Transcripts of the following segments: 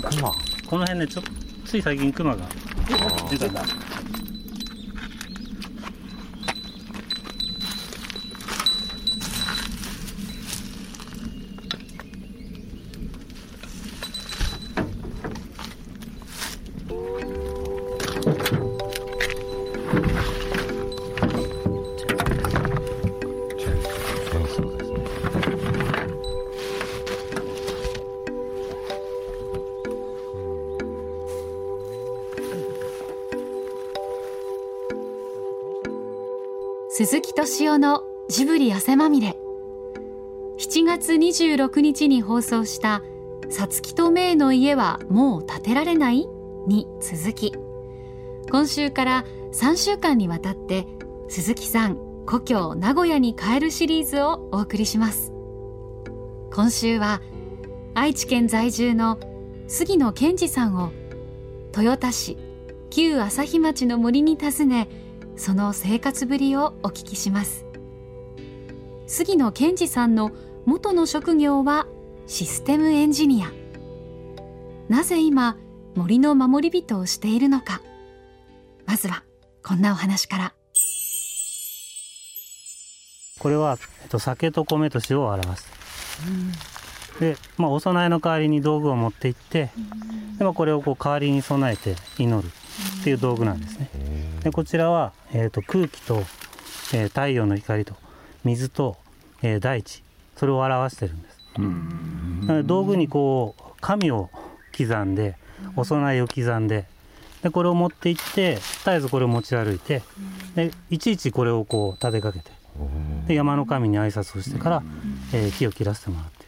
この辺ね、つい最近クマが出たんだ。 鈴木敏夫のジブリ汗まみれ。7月26日に放送したさつきとめいの家はもう建てられないに続き、今週から3週間にわたって鈴木さん故郷名古屋に帰るシリーズをお送りします。今週は愛知県在住の杉野健二さんを豊田市旧朝日町の森に訪ね、その生活ぶりをお聞きします。杉野健二さんの元の職業はシステムエンジニア。なぜ今森の守り人をしているのか。まずはこんなお話から。 これは、酒と米と塩を表す、で、お供えの代わりに道具を持って行って、でこれを代わりに備えて祈るっていう道具なんですね。でこちらは、空気と、太陽の光と水と、大地、それを表してるんです。なので道具に神を刻んで、お供えを刻んで、これを持っていって、絶えずこれを持ち歩いて、でいちいちこれを立てかけて、で山の神に挨拶をしてから、木を切らせてもらうっていう、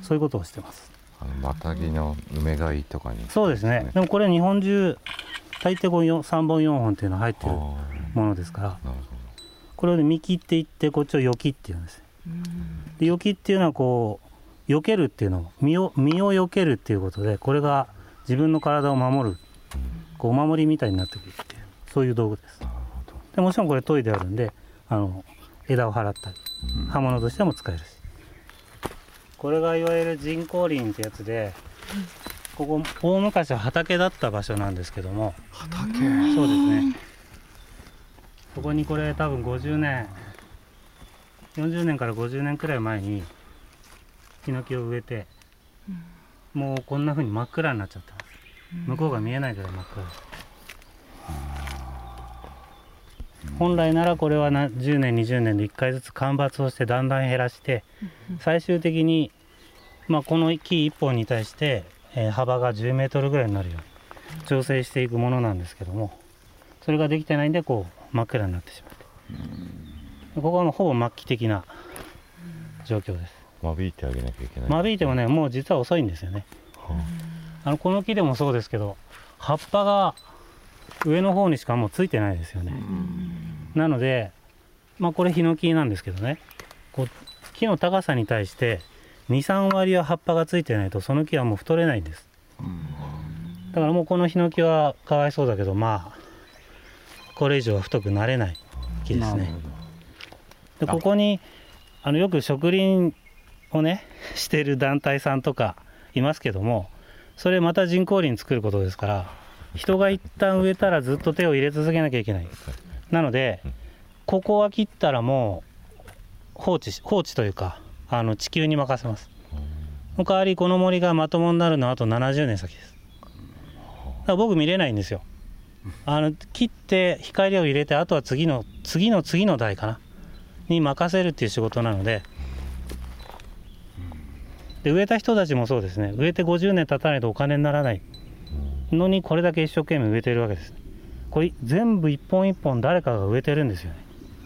そういうことをしてます。 マタギの梅貝とかに。 そうですね。でもこれ日本中大抵3本4本っていうのが入ってるものですから、これを見切っていって、こっちをよきっていうんです。でよきっていうのは避けるっていうのを身を避けるっていうことで、これが自分の体を守る、お守りみたいになってくるっていう、そういう道具です。でもちろんこれ研いであるんで、枝を払ったり刃物としても使えるし、これがいわゆる人工林ってやつで、ここ大昔は畑だった場所なんですけども。 畑。 そうですね。ここにこれ多分50年40年から50年くらい前にヒノキを植えて、もうこんな風に真っ暗になっちゃってます。向こうが見えないぐらい真っ暗です。本来ならこれは10年20年で1回ずつ間伐をしてだんだん減らして、最終的に、この木1本に対して、幅が10メートルぐらいになるように調整していくものなんですけども、それができてないんで真っ暗になってしまって、ここはもうほぼ末期的な状況です。 間引いてあげなきゃいけない。 間引いてもね、もう実は遅いんですよね。この木でもそうですけど、葉っぱが上の方にしかもうついてないですよね。なので、これヒノキなんですけどね、木の高さに対して2、3割は葉っぱがついてないと、その木はもう太れないんです。だからもうこのヒノキはかわいそうだけど、これ以上は太くなれない木ですね。でここによく植林をねしてる団体さんとかいますけども、それまた人工林作ることですから、人が一旦植えたらずっと手を入れ続けなきゃいけない。なのでここは切ったらもう放置というか、地球に任せます。お代わりこの森がまともになるのはあと70年先です。だから僕見れないんですよ。切って光を入れて、あとは次の代かなに任せるっていう仕事なので、植えた人たちもそうですね。植えて50年経たないとお金にならないのに、これだけ一生懸命植えてるわけです。これ全部一本一本誰かが植えてるんですよね。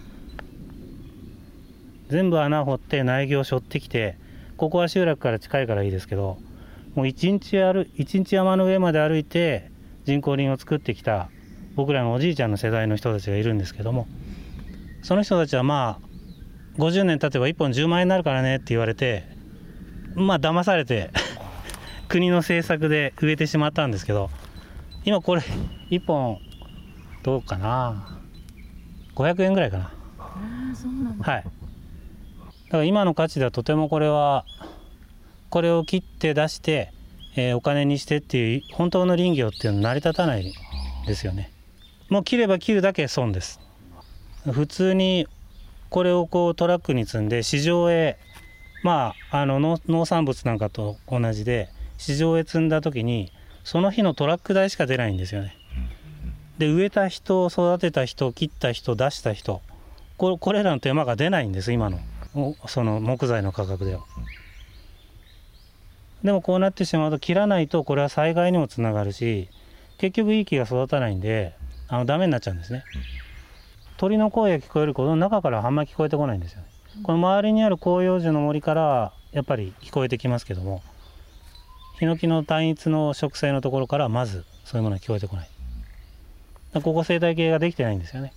全部穴を掘って苗木を背負ってきて、ここは集落から近いからいいですけど、もう一日山の上まで歩いて人工林を作ってきた僕らのおじいちゃんの世代の人たちがいるんですけども、その人たちは50年経てば1本10万円になるからねって言われて、騙されて国の政策で植えてしまったんですけど、今これ1本どうかな、500円ぐらいかな。 そうなんだ。 はい。だから今の価値ではとてもこれを切って出して、 お金にしてっていう本当の林業っていうのは成り立たないですよね。もう切れば切るだけ損です。普通にこれをこうトラックに積んで市場へ、農産物なんかと同じで市場へ積んだ時にその日のトラック代しか出ないんですよね。で植えた人、育てた人、切った人、出した人、これらの手間が出ないんです、今のその木材の価格では。でもこうなってしまうと、切らないとこれは災害にもつながるし、結局いい木が育たないんでダメになっちゃうんですね。鳥の声が聞こえることの中からはあんまり聞こえてこないんですよね。この周りにある広葉樹の森からはやっぱり聞こえてきますけども、ヒノキの単一の植生のところからはまずそういうものは聞こえてこない。ここ生態系ができてないんですよね。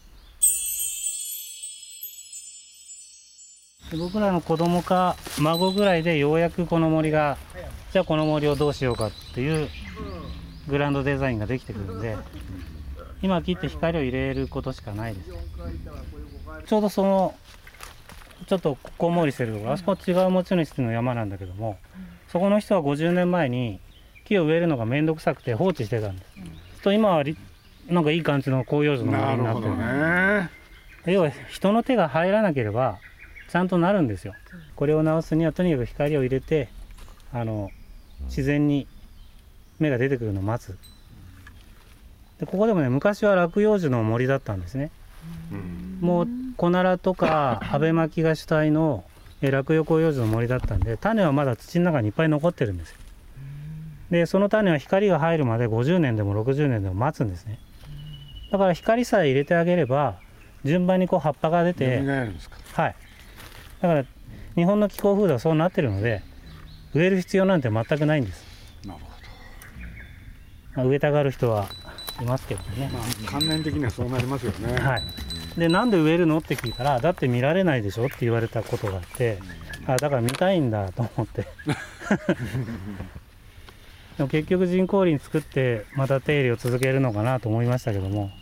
で僕らの子供か孫ぐらいでようやくこの森が、じゃあこの森をどうしようかっていうグランドデザインができてくるんで、今切って光を入れることしかないです。ちょうどそのちょっとこんもりしてるところ、あそこ違う持ち主の山なんだけども、そこの人は50年前に木を植えるのが面倒くさくて放置してたんです。と今はなんかいい感じの広葉樹の森になってる。 ね、 要は人の手が入らなければちゃんとなるんですよ。これを直すにはとにかく光を入れて自然に芽が出てくるのを待つ。でここでもね、昔は落葉樹の森だったんですね。もうコナラとかアベマキが主体の落葉広葉樹の森だったんで、種はまだ土の中にいっぱい残ってるんですよ。でその種は光が入るまで50年でも60年でも待つんですね。だから光さえ入れてあげれば順番にこう葉っぱが出て、 蘇るんですか。 はい、だから日本の気候風土はそうなってるので、植える必要なんて全くないんです。 なる植えたがる人はいますけどね。 観念的にはそうなりますよね。 はい。でなんで植えるのって聞いたら、だって見られないでしょって言われたことがあって、だから見たいんだと思ってでも結局人工林作ってまた手入れを続けるのかなと思いましたけども。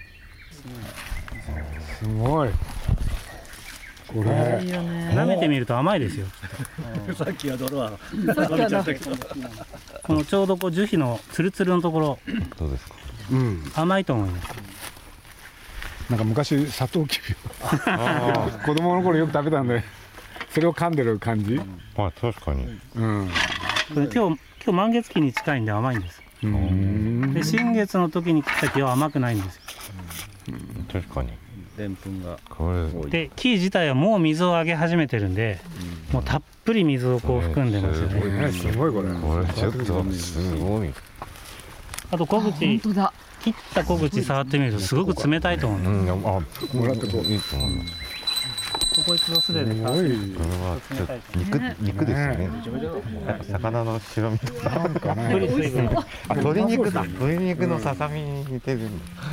すごい。これ舐めてみると甘いですよ。 さっきは泥は食べちゃったけど、 このちょうどこう樹皮のツルツルのところ、 どうですか。 甘いと思います。 なんか昔サトウキビを子供の頃よく食べたんで、それを噛んでる感じ。 まあ確かに。 これ今日満月期に近いんで甘いんです。で新月の時に切った木は甘くないんですよ。 確かに。 でんぷんがこれで木自体はもう水をあげ始めてるんで、もうたっぷり水をこう含んでますよね。 すごいこれ。 これちょっとすごい。 あと小口、切った小口触ってみるとすごく冷たいと思うんです。 もらってこう。 いいと思います。 ここ一度素手で触すごい。 ってみるこれはちょっと肉ですよね。やっぱ魚の白身とか。 なんかたっぷりね。 水分。 あ、鶏肉だ。鶏肉のささみに似てる。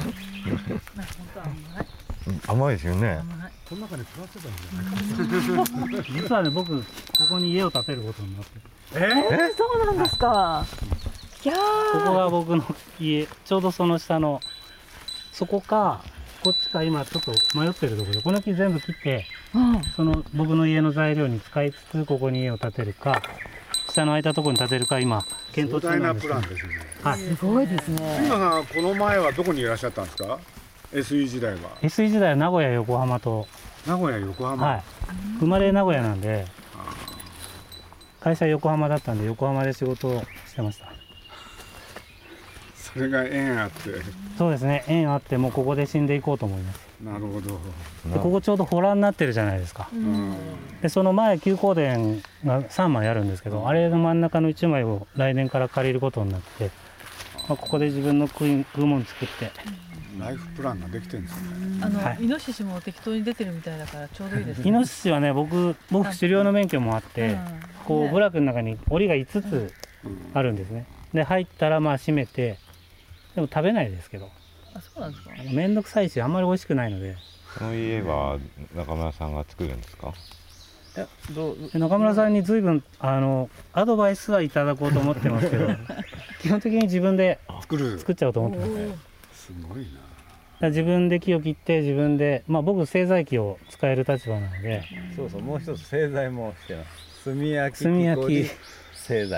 甘いですよね。 この中に暮らしてたんじゃないか。 実はね、僕ここに家を建てることになってる。 そうなんですか。いやここが僕の家、ちょうどその下のそこかこっちか、今ちょっと迷ってるところで、この木全部切ってその僕の家の材料に使いつつここに家を建てるか、下の空いたところに建てるか今検討中なんですけど。 壮大なプランですよね。 はい、 すごいですね。 今さん、この前はどこにいらっしゃったんですか。SE 時代は。 SE 時代は名古屋横浜と、 名古屋、横浜。 はい、生まれ名古屋なんで会社横浜だったんで横浜で仕事をしてました。 それが縁あって。 そうですね、縁あってもうここで死んでいこうと思います。 なるほど。 でここちょうど洞になってるじゃないですか。でその前休耕田が3枚あるんですけど、あれの真ん中の1枚を来年から借りることになって、ここで自分の食うもん作って、 ライフプランができてるんですね。 はい、 イノシシも適当に出てるみたいだからちょうどいいですね。 イノシシはね、僕狩猟の免許もあって、こう部落の中に檻が5つあるんですね。で入ったらまあ閉めて、でも食べないですけど、 あ、そうなんですか。 めんどくさいしあんまり美味しくないので。 この家は中村さんが作るんですか。 で中村さんに随分アドバイスはいただこうと思ってますけど基本的に自分で作っちゃおうと思ってます。 すごいな。 だから自分で木を切って自分で、僕製材機を使える立場なので。 そうそう、もう一つ製材もしてます。炭焼き、 炭焼き、 製材。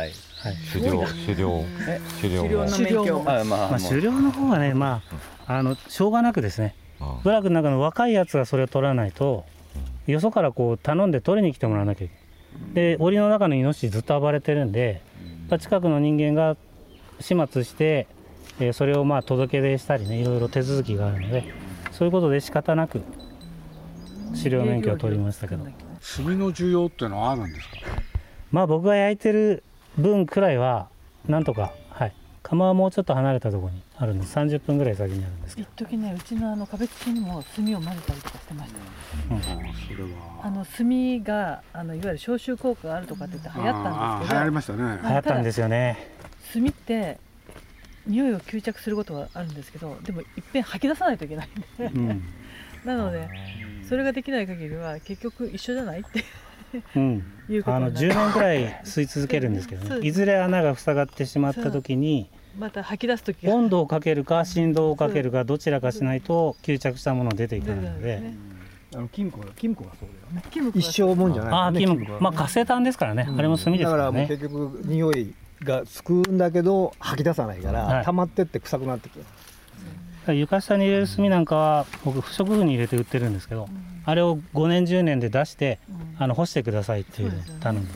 はい、 狩猟の免許狩猟の方はね、しょうがなくですね、部落の中の若いやつがそれを取らないと、よそからこう頼んで取りに来てもらわなきゃいけない。で檻の中のイノシシずっと暴れてるんで、近くの人間が始末して、それを届け出したりね、いろいろ手続きがあるので、そういうことで仕方なく狩猟免許を取りましたけど。 炭の需要っていうのはあるんですか？ 僕が焼いてる分くらいはなんとか、はい、窯はもうちょっと離れたところにあるんで30分ぐらい先にあるんですけど、 一時ね、うちの壁付きにも炭を混ぜたりとかしてました。 それは炭がいわゆる消臭効果があるとかって言って流行ったんですけど、 流行りましたね。 流行ったんですよね。 炭って匂いを吸着することはあるんですけど、でもいっぺん吐き出さないといけないんで、なのでそれができない限りは結局一緒じゃないっていうことになる。 10年くらい吸い続けるんですけどね、いずれ穴が塞がってしまった時にまた吐き出す時温度をかけるか振動をかけるかどちらかしないと吸着したもの出ていかないので、 金庫がそうだよね。 金一生もんじゃないですね。 金庫、活性炭ですからね、あれも炭ですからね。 だからもう結局匂いがつくんだけど吐き出さないから、溜まってって臭くなってくる。 床下に入れる炭なんかは僕不織布に入れて売ってるんですけど、あれを5年10年で出して、干してくださいっていう頼んでます。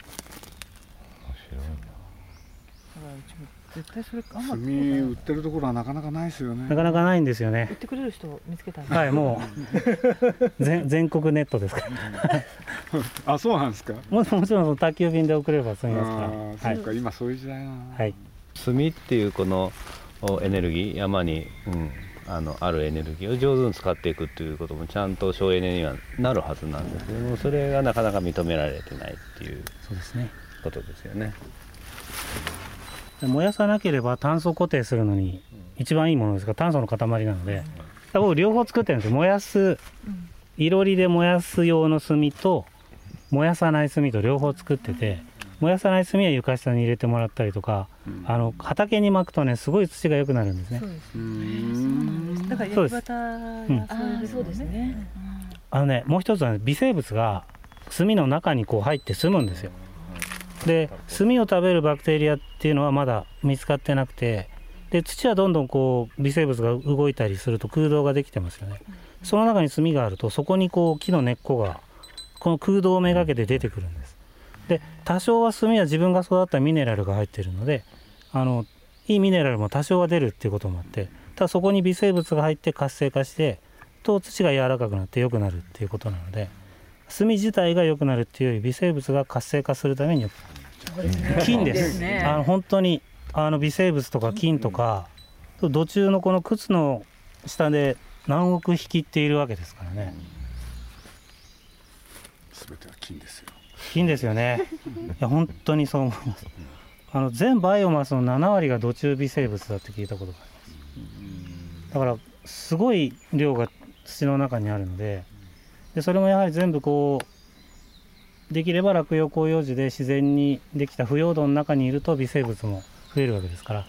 絶対それ炭売ってるところはなかなかないですよね。 なかなかないんですよね。 売ってくれる人を見つけたんです。 はい、もう全国ネットですから。 あ、そうなんですか。 もちろんその宅急便で送れば済みますから。 そうか、今そういう時代な。 はい。 炭っていうこのエネルギー、山に、あるエネルギーを上手に使っていくということもちゃんと省エネにはなるはずなんですけども、それがなかなか認められてないっていうことですよね。 燃やさなければ炭素固定するのに一番いいものですが、炭素の塊なので、僕両方作ってるんですよ。燃やす、いろりで燃やす用の炭と燃やさない炭と両方作ってて、燃やさない炭は床下に入れてもらったりとか、畑に巻くとね、すごい土が良くなるんですね。 だから焼き畑やそうですね。 もう一つは、微生物が炭の中にこう入って住むんですよ。で、炭を食べるバクテリアっていうのはまだ見つかってなくて、で土はどんどんこう微生物が動いたりすると空洞ができてますよね。その中に炭があると、そこにこう木の根っこがこの空洞をめがけて出てくるんです。で、多少は炭は自分が育ったミネラルが入っているので、いいミネラルも多少は出るっていうこともあって、ただそこに微生物が入って活性化してと土が柔らかくなって良くなるっていうことなので、炭自体が良くなるっていうより微生物が活性化するために良くなる。菌です。本当に微生物とか菌とか、土中のこの靴の下で何億匹っているわけですからね。 全ては菌ですよ。 菌ですよね。いや本当にそう思います。全バイオマスの7割が土中微生物だって聞いたことがあります。だからすごい量が土の中にあるので、それもやはり全部こうできれば落葉広葉樹で自然にできた腐葉土の中にいると微生物も増えるわけですから。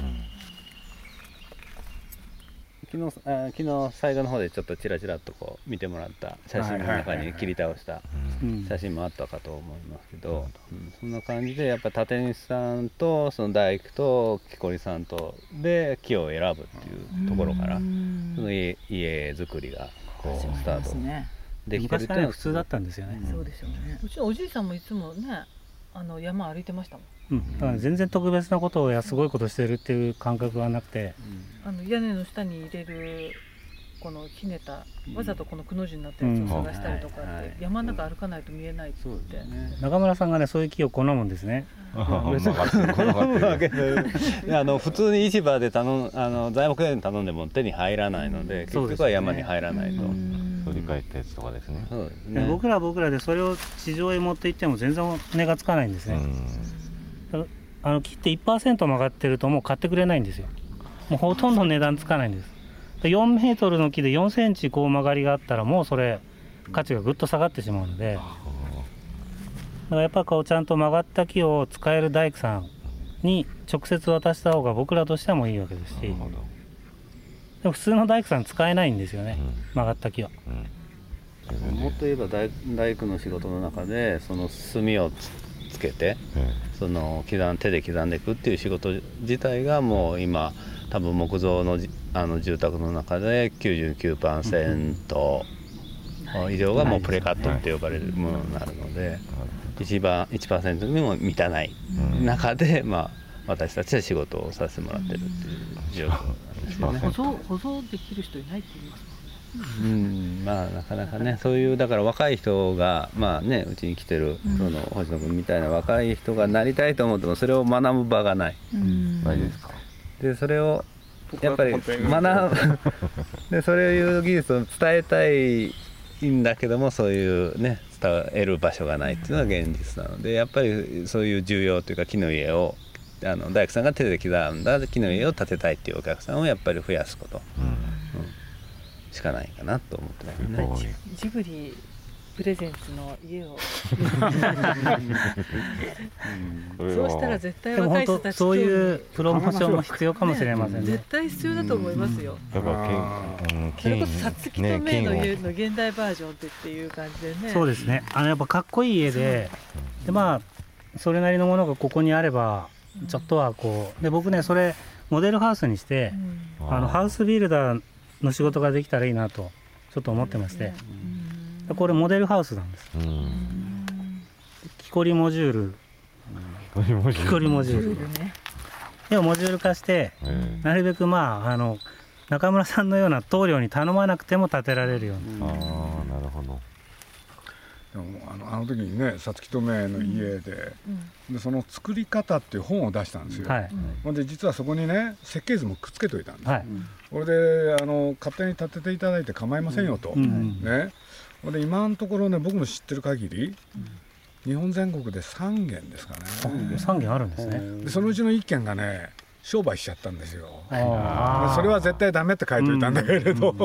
昨日最後の方でちょっとちらちらっとこう見てもらった写真の中に切り倒した写真もあったかと思いますけど、そんな感じでやっぱ立西さんとその大工と木こりさんとで木を選ぶっていうところから、その家作りがこうスタートできてるっていうのは普通だったんですよね。 そうですよね。うちのおじいさんもいつもね、山歩いてましたもん。 だから全然特別なことをすごいことしてるっていう感覚はなくて、 屋根の下に入れるこのひねた、わざとこのくの字になったやつを探したりとかって、山の中歩かないと見えないって言って、 中村さんがねそういう木を好むんですね。 別に好むわけで普通に市場で材木屋に頼んでも手に入らないので、結局は山に入らないと。 取り替えたやつとかですね。 僕らでそれを地上へ持って行っても全然値がつかないんですね。木って 1% 曲がってるともう買ってくれないんですよ。もうほとんど値段つかないんです。4メートルの木で4センチこう曲がりがあったらもうそれ価値がぐっと下がってしまうので、だからやっぱこうちゃんと曲がった木を使える大工さんに直接渡した方が僕らとしてもいいわけですし、でも普通の大工さん使えないんですよね、曲がった木は。 もっと言えば大工の仕事の中でその炭をつけて、その手で刻んでいくっていう仕事自体がもう今多分木造の住宅の中で 99% 以上がもうプレカットって呼ばれるものになるので、1% にも満たない中で、私たちは仕事をさせてもらってるっていう状況なんですよね。 保存できる人いないって言いますなかなかね、そういうだから若い人がうちに来てるその星野君みたいな若い人がなりたいと思ってもそれを学ぶ場がない。 ないですか。 でそれをやっぱり学ぶでそういう技術を伝えたいんだけども、そういうね伝える場所がないっていうのが現実なので、やっぱりそういう重要というか木の家を大工さんが手で刻んだ木の家を建てたいっていうお客さんをやっぱり増やすこと、しかないかなと思ってますね。 ジブリプレゼンツの家をそうしたら絶対若い人たちそういうプロモーションも必要かもしれませんね。 絶対必要だと思いますよ。それこそさつきとめいの家の現代バージョンっていう感じでね。 そうですね。やっぱかっこいい家で、それなりのものがここにあればちょっとはこうで、僕ねそれモデルハウスにして、ハウスビルダーの仕事ができたらいいなとちょっと思ってまして、これモデルハウスなんです。木こりモジュール、木こりモジュールでモジュール化して、なるべく中村さんのような棟梁に頼まなくても建てられるように。 なるほど。 でもあの時にねさつきとめの家で、その作り方っていう本を出したんですよ。ほんで実はそこにね設計図もくっつけといたんです。これで勝手に建てていただいて構いませんよと、ね。ほんで今のところね僕の知ってる限り、日本全国で3軒ですかね。 3軒あるんですね。 でそのうちの1軒がね商売しちゃったんですよ。それは絶対ダメって書いといたんだけれど。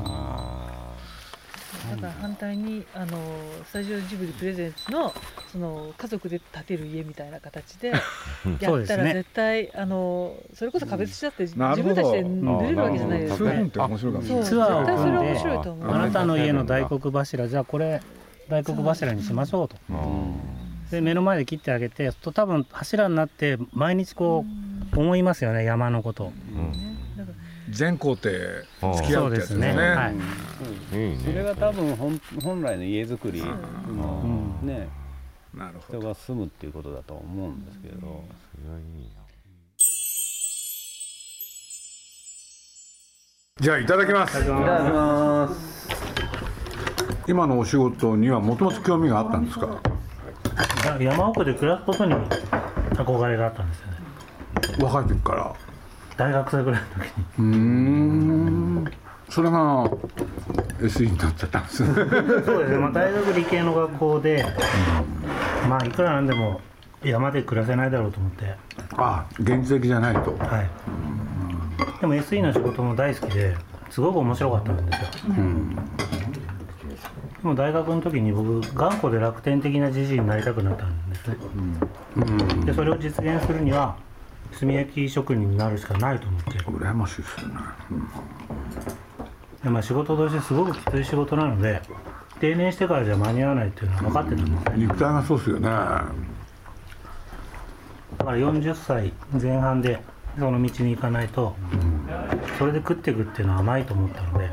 だから反対にスタジオジブリプレゼンツのその家族で建てる家みたいな形でやったら絶対それこそ壁土だって自分たちで塗れるわけじゃないですか。 そういう本って面白いかもしれない。 ツアーを組ん面白いと思う。 で、あなたの家の大黒柱、じゃあこれ大黒柱にしましょうと。で目の前で切ってあげて、多分柱になって毎日こう思いますよね、山のこと。 全工程付き合うってやつですね。 それが多分本来の家づくりのね、人が住むっていうことだと思うんですけど。 じゃあいただきます。 いただきます。 今のお仕事にはもともと興味があったんですか。 山奥で暮らすことに憧れがあったんですよね。 若い時から。 大学生ぐらいの時に。 それが SE になっちゃったんですね。 そうですね。大学理系の学校で、いくらなんでも山で暮らせないだろうと思って。 現実的じゃないと。 でも SE の仕事も大好きですごく面白かったんですよ。でも大学の時に僕頑固で楽天的なじじいになりたくなったんですね。でそれを実現するには炭焼き職人になるしかないと思って。 羨ましいですよね。 で仕事としてすごくきつい仕事なので定年してからじゃ間に合わないっていうのは分かってたんですね。 肉体がそうですよね。だから40歳前半でその道に行かないと、それで食っていくっていうのは甘いと思ったので、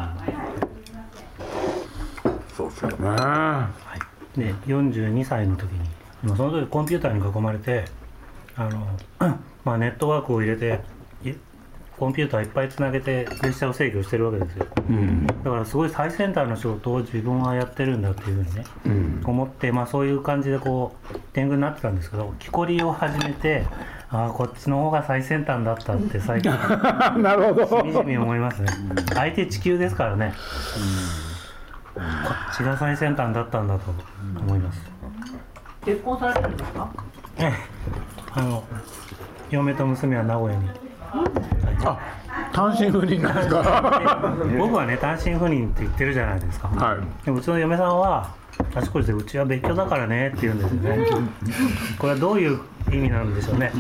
そうですよね。 で42歳の時にその時コンピューターに囲まれてネットワークを入れてコンピューターいっぱいつなげて列車を制御してるわけですよ。だからすごい最先端の仕事を自分はやってるんだっていうふうにね、思ってそういう感じでこう天狗になってたんですけど、木こりを始めてこっちの方が最先端だったって最近なるほど、 しみじみ思いますね。相手地球ですからね、こっちが最先端だったんだと思います。結婚されてるんですか？嫁と娘は名古屋に。 単身赴任なんですか？ 僕はね単身赴任って言ってるじゃないですか。でもうちの嫁さんはあちこちでうちは別居だからねって言うんですよね。これはどういう意味なんでしょうね。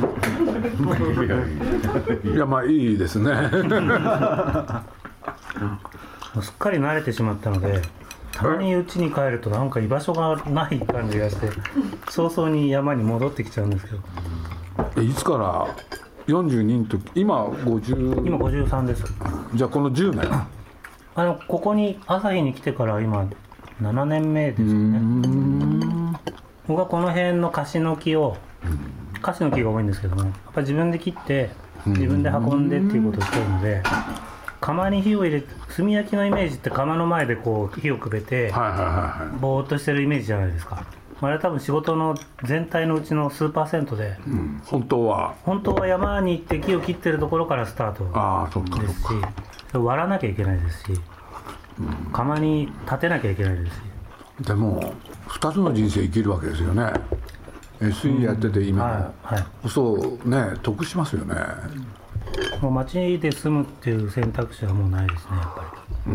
いやいいですね。 すっかり慣れてしまったので、 たまに家に帰るとなんか居場所がない感じがして早々に山に戻ってきちゃうんですけど。いつから42の時、今 53です。 じゃあこの10年ここに朝日に来てから今7年目ですよね。僕はこの辺のカシの木が多いんですけども、やっぱり自分で切って自分で運んでっていうことをしてるので、窯に火を入れて、炭焼きのイメージって窯の前でこう火をくべてぼーっとしてるイメージじゃないですか。あれは多分仕事の全体のうちの数%で、 本当は山に行って木を切ってるところからスタートですし、割らなきゃいけないですし、窯に立てなきゃいけないですし。 でも2つの人生生きるわけですよね。SE やってて今そうね、得しますよね。 もう町で住むっていう選択肢はもうないですね、やっぱり。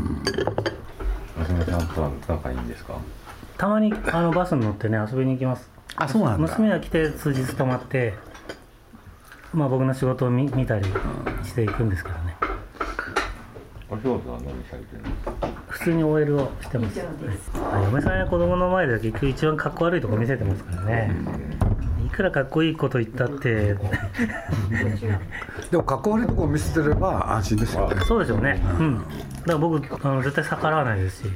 娘さんとは仲いいんですか？ たまにバスに乗ってね遊びに行きます。 あ、そうなんだ。 娘が来て数日泊まって、僕の仕事を見たりしていくんですけどね。 お仕事は何されてるんですか？ 普通に OL をしてます。嫁さんや子供の前では結局一番かっこ悪いとこ見せてますからね。いくらかっこいいこと言ったってでもかっこ悪いとこ見せてれば安心ですよね。 そうでしょうね。だから僕絶対逆らわないですし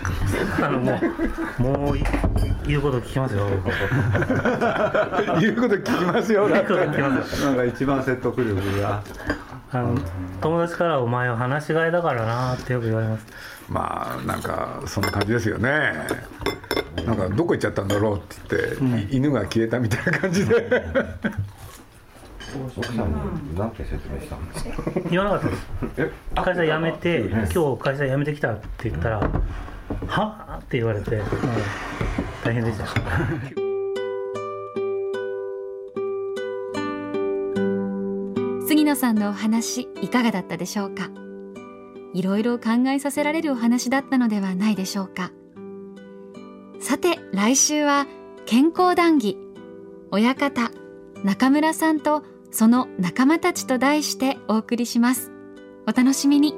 もう言うこと聞きますよ。 言うこと聞きますよ。 言うこと聞きます。 なんか一番説得力が友達からお前は話し飼いだからなってよく言われます。 なんかそんな感じですよね。なんかどこ行っちゃったんだろうって言って、犬が消えたみたいな感じで奥さんに何て説明したんですか？ 言わなかったです。会社辞めて、今日会社辞めてきたって言ったらはぁって言われて、大変でした。 杉野さんのお話いかがだったでしょうか。いろいろ考えさせられるお話だったのではないでしょうか。さて来週は健康談義、親方中村さんとその仲間たちと題してお送りします。お楽しみに。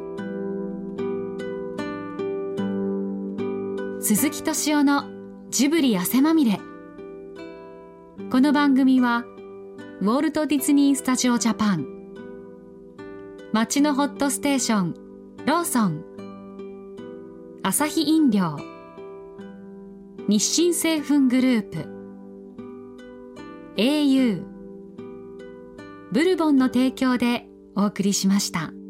鈴木敏夫のジブリ汗まみれ。この番組はウォルト・ディズニー・スタジオ・ジャパン、街のホットステーションローソン、アサヒ飲料、日清製粉グループ、au、ブルボンの提供でお送りしました。